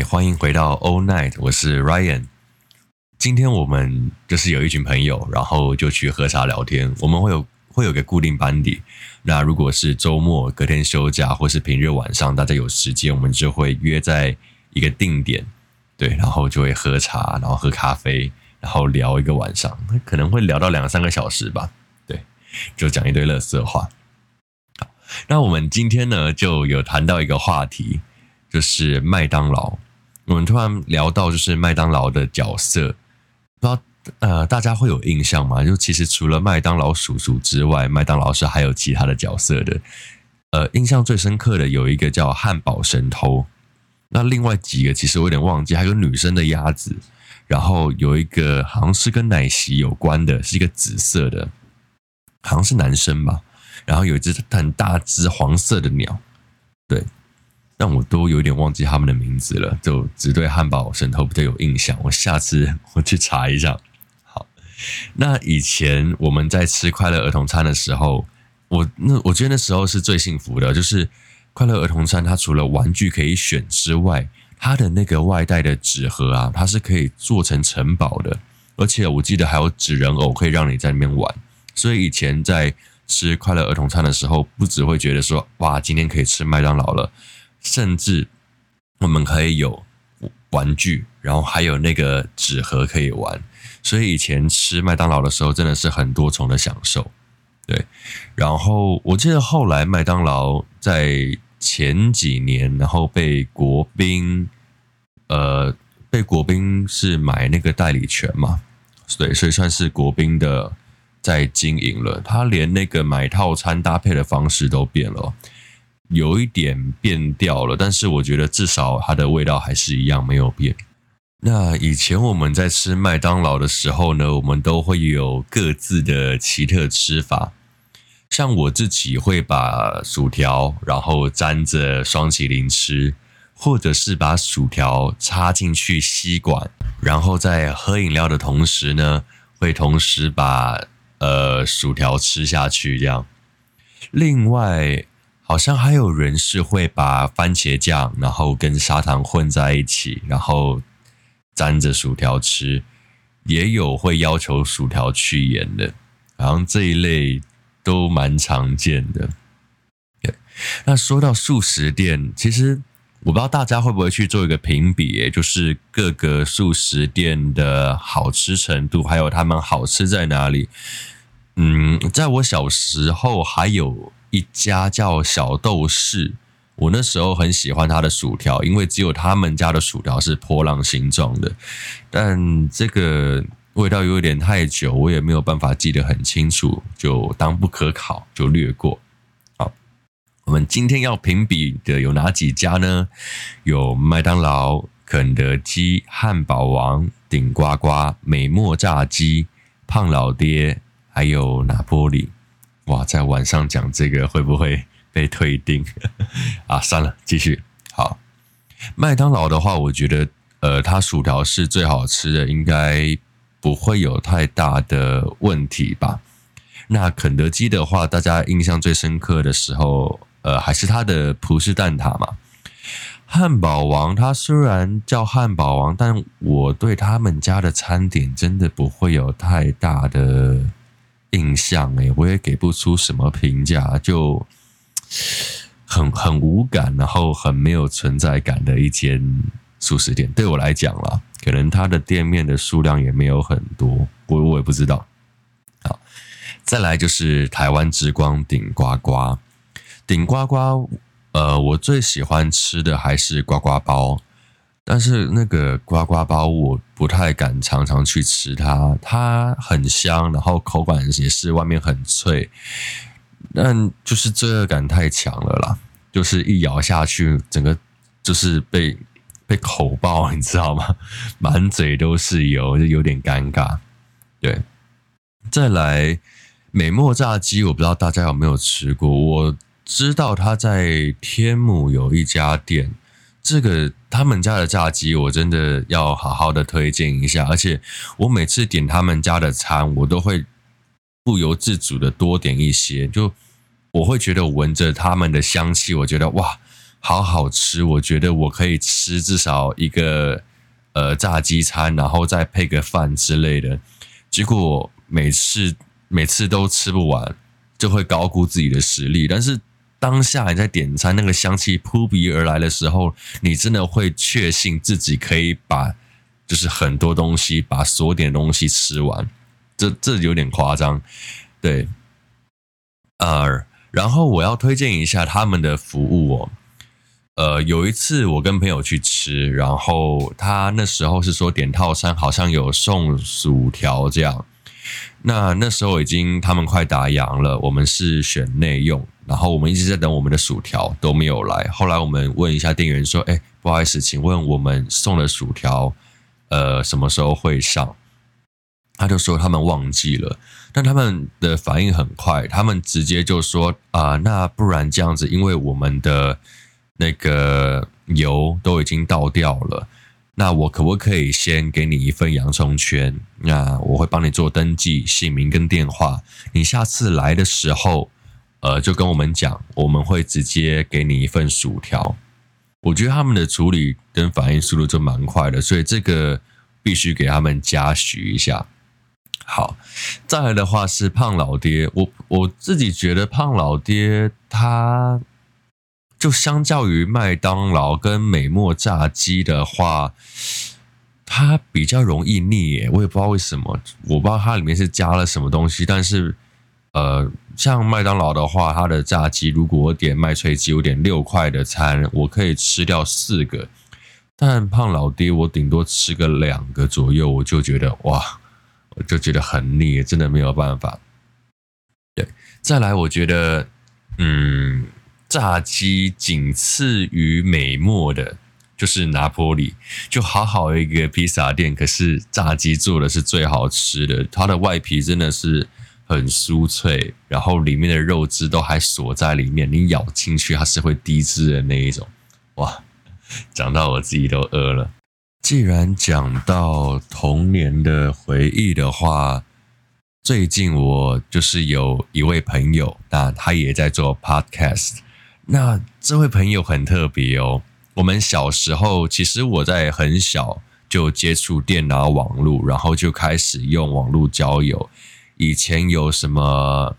欢迎回到 All Night， 我是 Ryan。今天我们就是有一群朋友，然后就去喝茶聊天。我们会有个固定班底。那如果是周末、隔天休假或是平日晚上，大家有时间，我们就会约在一个定点，对，然后就会喝茶，然后喝咖啡，然后聊一个晚上，可能会聊到2-3个小时吧。对，就讲一堆垃圾话。好，那我们今天呢就有谈到一个话题，就是麦当劳。我们突然聊到就是麦当劳的角色，不知道大家会有印象吗？就其实除了麦当劳叔叔之外，麦当劳是还有其他的角色的。印象最深刻的有一个叫汉堡神偷，那另外几个其实我有点忘记，还有女生的鸭子，然后有一个好像是跟奶昔有关的，是一个紫色的，好像是男生吧，然后有一只很大只黄色的鸟，对。但我都有点忘记他们的名字了，就只对汉堡神偷比较有印象。我下次我去查一下。好，那以前我们在吃快乐儿童餐的时候，我觉得那时候是最幸福的，就是快乐儿童餐它除了玩具可以选之外，它的那个外带的纸盒啊，它是可以做成城堡的，而且我记得还有纸人偶可以让你在那边玩。所以以前在吃快乐儿童餐的时候，不只会觉得说哇，今天可以吃麦当劳了。甚至我们可以有玩具，然后还有那个纸盒可以玩，所以以前吃麦当劳的时候真的是很多重的享受。对，然后我记得后来麦当劳在前几年，然后被国宾是买那个代理权嘛，对，所以算是国宾的在经营了，他连那个买套餐搭配的方式都变了。有一点变掉了，但是我觉得至少它的味道还是一样没有变。那以前我们在吃麦当劳的时候呢，我们都会有各自的奇特吃法。像我自己会把薯条然后沾着双麒麟吃，或者是把薯条插进去吸管，然后在喝饮料的同时呢，会同时把薯条吃下去这样。另外好像还有人是会把番茄酱然后跟砂糖混在一起，然后沾着薯条吃，也有会要求薯条去盐的，好像这一类都蛮常见的。对，那说到素食店，其实我不知道大家会不会去做一个评比，就是各个素食店的好吃程度，还有他们好吃在哪里。在我小时候还有一家叫小豆士，我那时候很喜欢它的薯条，因为只有他们家的薯条是波浪形状的，但这个味道有点太久，我也没有办法记得很清楚，就当不可考，就略过。好，我们今天要评比的有哪几家呢？有麦当劳、肯德基、汉堡王、顶呱呱、美墨炸鸡、胖老爹，还有拿坡里。哇，在晚上讲这个会不会被退订啊？算了，继续。好，麦当劳的话，我觉得它薯条是最好吃的，应该不会有太大的问题吧。那肯德基的话，大家印象最深刻的时候，还是它的葡式蛋挞嘛。汉堡王它虽然叫汉堡王，但我对他们家的餐点真的不会有太大的印象我也给不出什么评价，就很无感，然后很没有存在感的一间素食店。对我来讲啦，可能它的店面的数量也没有很多，我也不知道。好，再来就是台湾之光顶呱呱，顶呱呱，我最喜欢吃的还是呱呱包。但是那个呱呱包我不太敢常常去吃它，它很香，然后口感也是外面很脆，但就是罪恶感太强了啦，就是一咬下去，整个就是被口爆，你知道吗？满嘴都是油，就有点尴尬。对，再来美墨炸鸡，我不知道大家有没有吃过，我知道他在天母有一家店。这个他们家的炸鸡我真的要好好的推荐一下，而且我每次点他们家的餐，我都会不由自主的多点一些，就我会觉得闻着他们的香气，我觉得哇， 好好吃，我觉得我可以吃至少一个炸鸡餐，然后再配个饭之类的。结果每次都吃不完，就会高估自己的实力。但是当下你在点餐，那个香气扑鼻而来的时候，你真的会确信自己可以把就是很多东西，把所有点东西吃完。这有点夸张，对。然后我要推荐一下他们的服务哦。有一次我跟朋友去吃，然后他那时候是说点套餐好像有送薯条这样。那时候他们快打烊了，我们是选内用，然后我们一直在等我们的薯条都没有来。后来我们问一下店员说：“不好意思，请问我们送的薯条什么时候会上？”他就说他们忘记了，但他们的反应很快，他们直接就说那不然这样子，因为我们的那个油都已经倒掉了，那我可不可以先给你一份洋葱圈？那我会帮你做登记，姓名跟电话，你下次来的时候，就跟我们讲，我们会直接给你一份薯条。我觉得他们的处理跟反应速度就蛮快的，所以这个必须给他们嘉许一下。好，再来的话是胖老爹，我自己觉得胖老爹他就相较于麦当劳跟美墨炸鸡的话，它比较容易腻耶，我也不知道为什么，我不知道它里面是加了什么东西，但是像麦当劳的话，它的炸鸡如果我点麦脆鸡，我点6块的餐，我可以吃掉4个，但胖老爹我顶多吃个2个左右，我就觉得哇，我就觉得很腻，真的没有办法。对，再来我觉得炸鸡仅次于美墨的就是拿坡里，就好好一个披萨店，可是炸鸡做的是最好吃的，它的外皮真的是很酥脆，然后里面的肉汁都还锁在里面，你咬进去它是会滴汁的那一种。哇，讲到我自己都饿了。既然讲到童年的回忆的话，最近我就是有一位朋友，那他也在做 podcast。那这位朋友很特别哦。我们小时候，其实我在很小就接触电脑网络，然后就开始用网络交友。以前有什么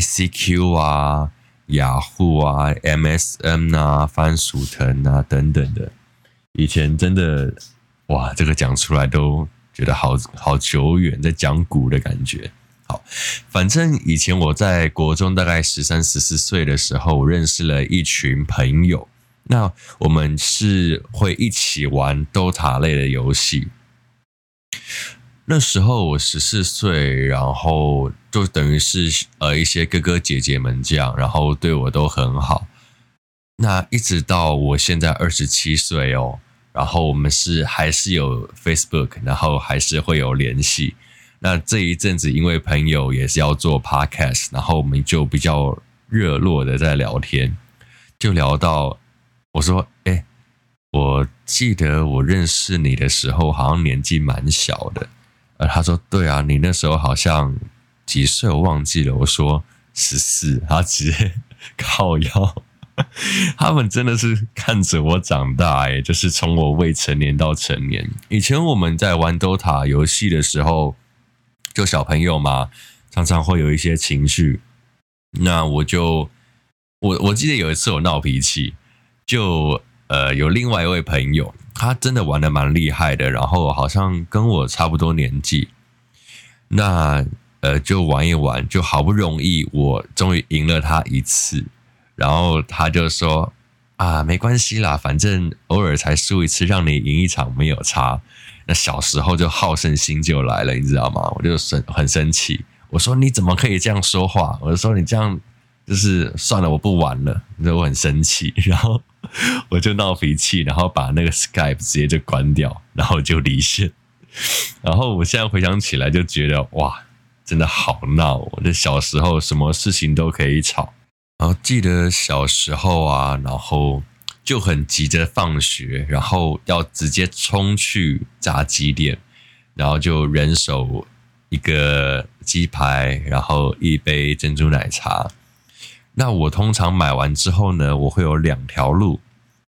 ICQ 啊、雅虎啊、MSN 啊、番薯藤啊等等的。以前真的哇，这个讲出来都觉得好久远，在讲古的感觉。好，反正以前我在国中大概13、14岁的时候，我认识了一群朋友。那我们是会一起玩 DOTA 类的游戏。那时候我14岁，然后就等于是一些哥哥姐姐们这样，然后对我都很好。那一直到我现在27岁哦，然后我们还是有 Facebook， 然后还是会有联系。那这一阵子因为朋友也是要做 podcast， 然后我们就比较热络的在聊天，就聊到我说我记得我认识你的时候好像年纪蛮小的，他说对啊，你那时候好像几岁我忘记了，我说14，他直接靠腰。他们真的是看着我长大就是从我未成年到成年。以前我们在玩 DOTA 游戏的时候，就小朋友嘛，常常会有一些情绪。那我记得有一次我闹脾气，就有另外一位朋友，他真的玩得蛮厉害的，然后好像跟我差不多年纪。那就玩一玩，就好不容易我终于赢了他一次。然后他就说没关系啦，反正偶尔才输一次，让你赢一场没有差。那小时候就好胜心就来了，你知道吗？我就很生气，我说你怎么可以这样说话？我就说你这样就是算了，我不玩了。我很生气，然后我就闹脾气，然后把那个 Skype 直接就关掉，然后就离线。然后我现在回想起来就觉得哇，真的好闹。我的小时候什么事情都可以吵。然后记得小时候啊，然后就很急着放学，然后要直接冲去炸鸡店，然后就人手一个鸡排，然后一杯珍珠奶茶。那我通常买完之后呢，我会有2条路，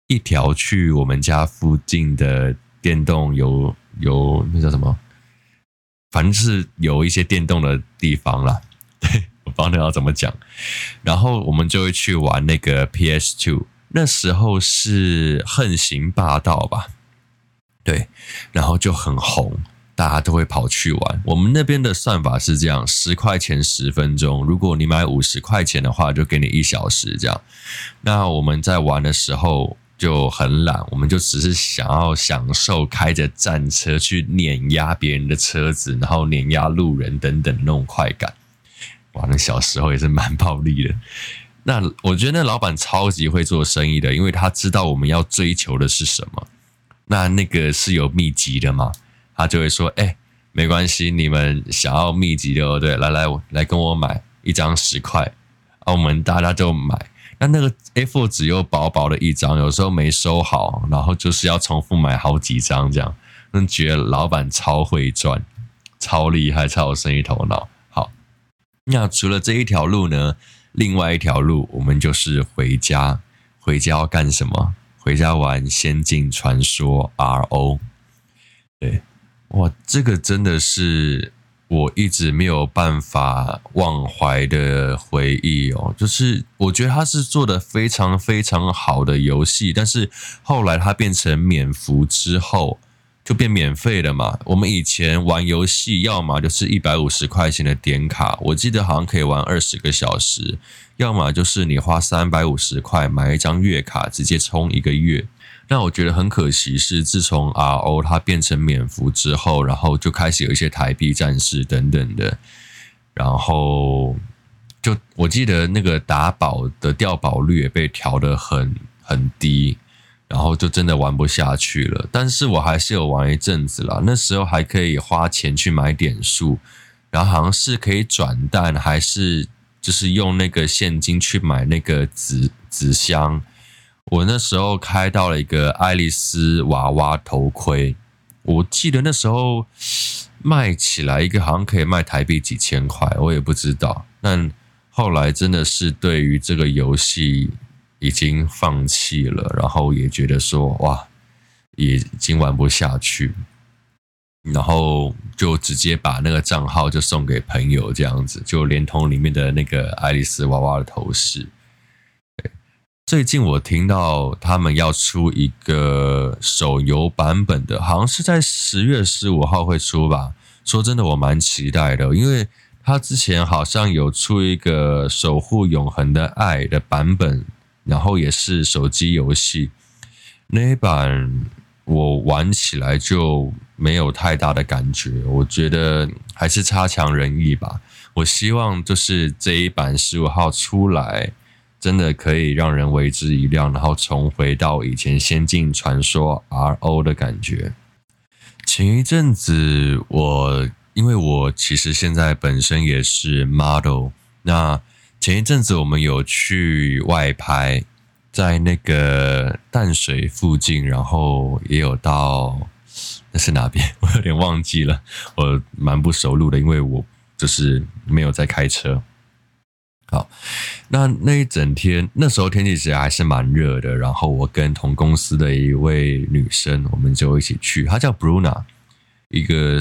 一条去我们家附近的电动有那叫什么，反正是有一些电动的地方啦。对，我不知道要怎么讲。然后我们就会去玩那个 PS2， 那时候是横行霸道吧，对，然后就很红，大家都会跑去玩。我们那边的算法是这样，10块钱10分钟，如果你买50块钱的话，就给你1小时这样。那我们在玩的时候就很懒，我们就只是想要享受开着战车去碾压别人的车子，然后碾压路人等等的那种快感。哇，那小时候也是蛮暴力的。那我觉得那老板超级会做生意的，因为他知道我们要追求的是什么。那个是有秘籍的嘛？他就会说：“没关系，你们想要秘籍的，对不对？来跟我买一张10块。”我们大家就买。那个 A4 纸又薄薄的一张，有时候没收好，然后就是要重复买好几张这样。觉得老板超会赚，超厉害，超有生意头脑。好，那除了这一条路呢，另外一条路我们就是回家。回家要干什么？回家玩《仙境传说》RO。对，哇，这个真的是我一直没有办法忘怀的回忆哦。就是我觉得它是做的非常非常好的游戏，但是后来它变成免服之后就变免费了嘛。我们以前玩游戏要么就是150块钱的点卡，我记得好像可以玩20个小时，要么就是你花350块买一张月卡，直接充1个月。那我觉得很可惜是，自从 RO 它变成免服之后，然后就开始有一些台币战士等等的，然后就我记得那个打宝的掉宝率也被调得很低，然后就真的玩不下去了。但是我还是有玩一阵子啦，那时候还可以花钱去买点数，然后好像是可以转蛋，还是就是用那个现金去买那个纸箱。我那时候开到了一个爱丽丝娃娃头盔，我记得那时候卖起来一个好像可以卖台币几千块，我也不知道。但后来真的是对于这个游戏已经放弃了，然后也觉得说哇，也已经玩不下去，然后就直接把那个账号就送给朋友，这样子就连同里面的那个爱丽丝娃娃的头饰。最近我听到他们要出一个手游版本的，好像是在10月15号会出吧。说真的，我蛮期待的，因为他之前好像有出一个守护永恒的爱的版本，然后也是手机游戏。那一版我玩起来就没有太大的感觉，我觉得还是差强人意吧。我希望就是这一版15号出来，真的可以让人为之一亮，然后重回到以前《仙境传说》RO 的感觉。前一阵子因为我其实现在本身也是 model， 那前一阵子我们有去外拍，在那个淡水附近，然后也有到那是哪边？我有点忘记了，我蛮不熟路的，因为我就是没有在开车。好，那一整天，那时候天气其实还是蛮热的。然后我跟同公司的一位女生，我们就一起去。她叫 Bruna， 一个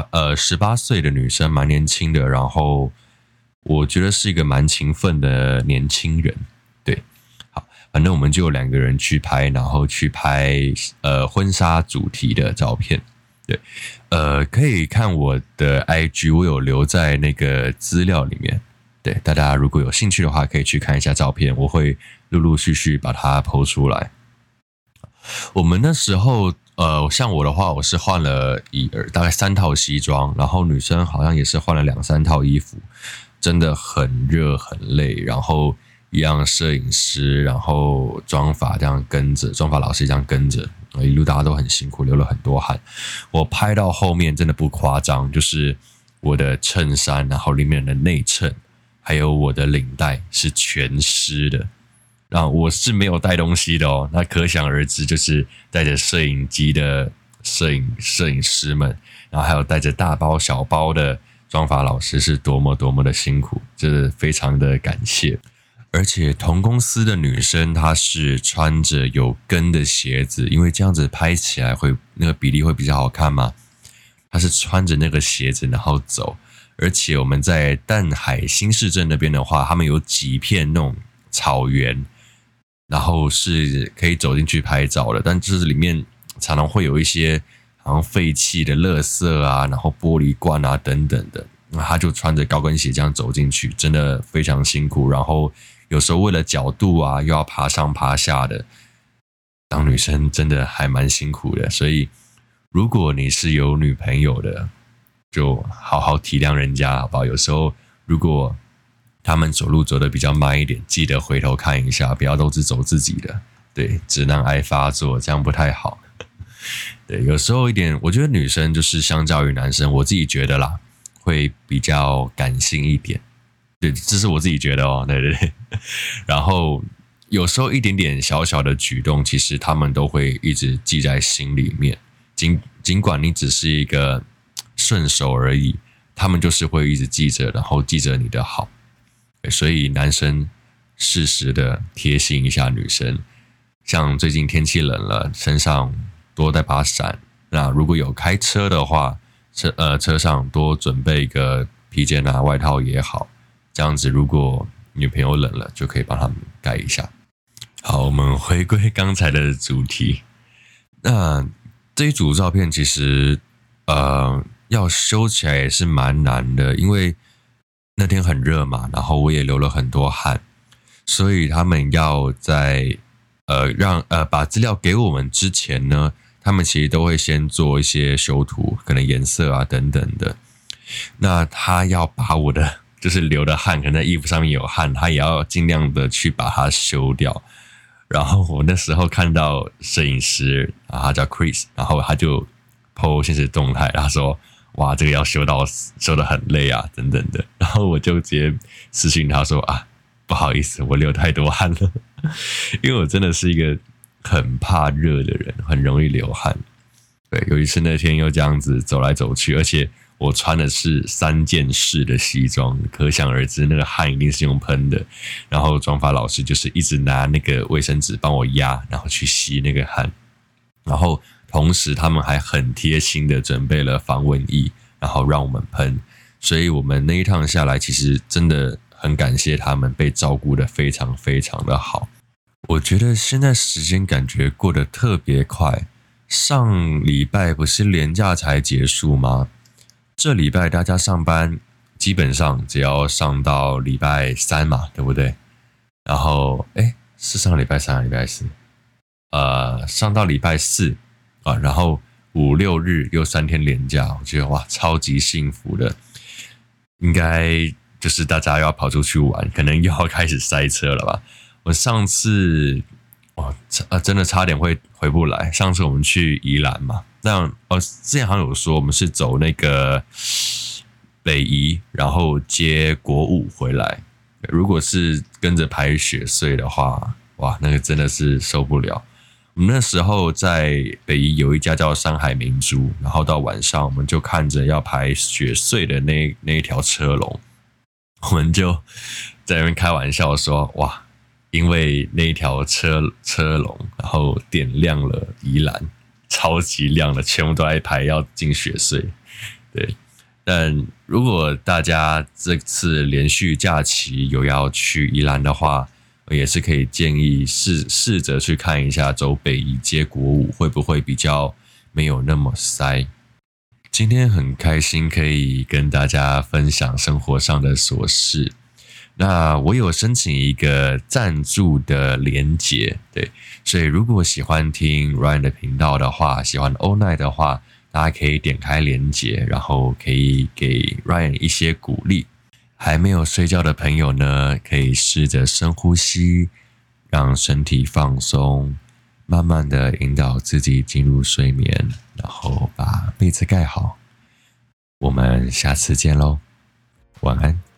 18岁的女生，蛮年轻的。然后我觉得是一个蛮勤奋的年轻人。对，好，反正我们就有2个人去拍，然后去拍婚纱主题的照片。对，可以看我的 IG， 我有留在那个资料里面。对，大家如果有兴趣的话，可以去看一下照片，我会陆陆续续把它 po 出来。我们那时候，像我的话，我是换了大概3套西装，然后女生好像也是换了2-3套衣服，真的很热很累，然后一样摄影师，然后妆发这样跟着，妆发老师这样跟着，一路大家都很辛苦，流了很多汗。我拍到后面真的不夸张，就是我的衬衫，然后里面的内衬，还有我的领带是全湿的，我是没有带东西的哦。那可想而知，就是带着摄影机的摄影师们，然后还有带着大包小包的妆发老师是多么多么的辛苦，就是非常的感谢。 而且同公司的女生她是穿着有跟的鞋子，因为这样子拍起来会那个比例会比较好看嘛。她是穿着那个鞋子然后走，而且我们在淡海新市镇那边的话，他们有几片那种草原，然后是可以走进去拍照的，但就是里面常常会有一些好像废弃的垃圾啊，然后玻璃罐啊等等的。那他就穿着高跟鞋这样走进去，真的非常辛苦。然后有时候为了角度啊，又要爬上爬下的，当女生真的还蛮辛苦的。所以如果你是有女朋友的，就好好体谅人家，好不好？有时候如果他们走路走得比较慢一点，记得回头看一下，不要都只走自己的。对，直男癌发作，这样不太好。对，有时候一点，我觉得女生就是相较于男生，我自己觉得啦，会比较感性一点。对，这是我自己觉得哦。对对对。然后有时候一点点小小的举动，其实他们都会一直记在心里面。尽管你只是一个顺手而已，他们就是会一直记着，然后记着你的好。所以男生适时的贴心一下女生，像最近天气冷了，身上多带把伞。那如果有开车的话，车上多准备一个披肩啊、外套也好，这样子如果女朋友冷了，就可以帮他们盖一下。好，我们回归刚才的主题。那这一组照片其实要修起来也是蛮难的，因为那天很热嘛，然后我也流了很多汗，所以他们要在把资料给我们之前呢，他们其实都会先做一些修图，可能颜色啊等等的。那他要把我的就是流的汗，可能在衣服上面有汗，他也要尽量的去把它修掉。然后我那时候看到摄影师啊，他叫 Chris， 然后他就 po 现实动态，他说哇，这个要修得很累啊，等等的。然后我就直接私信他说啊，不好意思，我流太多汗了，因为我真的是一个很怕热的人，很容易流汗。对，尤其是那天又这样子走来走去，而且我穿的是3件式的西装，可想而知那个汗一定是用喷的。然后妆发老师就是一直拿那个卫生纸帮我压，然后去吸那个汗。然后同时他们还很贴心的准备了防蚊液，然后让我们喷。所以我们那一趟下来，其实真的很感谢他们被照顾得非常非常的好。我觉得现在时间感觉过得特别快，上礼拜不是连假才结束吗？这礼拜大家上班基本上只要上到礼拜3嘛，对不对？然后是上礼拜3还是礼拜4？上到礼拜4啊，然后5、6日又3天连假，我觉得哇，超级幸福的。应该就是大家要跑出去玩，可能又要开始塞车了吧？我上次真的差点会回不来。上次我们去宜兰嘛，之前好像有说我们是走那个北宜，然后接国五回来。如果是跟着排雪隧的话，哇，那个真的是受不了。我们那时候在北宜有一家叫山海明珠，然后到晚上我们就看着要排雪隧的那一条车龙，我们就在那边开玩笑说，哇，因为那一条车龙，然后点亮了宜兰，超级亮的，全部都在排要进雪隧。对，但如果大家这次连续假期有要去宜兰的话，也是可以建议试着去看一下走北宜接国五会不会比较没有那么塞。今天很开心可以跟大家分享生活上的琐事。那我有申请一个赞助的连结，对，所以如果喜欢听 Ryan 的频道的话，喜欢 All Night 的话，大家可以点开连结，然后可以给 Ryan 一些鼓励。还没有睡觉的朋友呢，可以试着深呼吸，让身体放松，慢慢的引导自己进入睡眠，然后把被子盖好。我们下次见咯，晚安。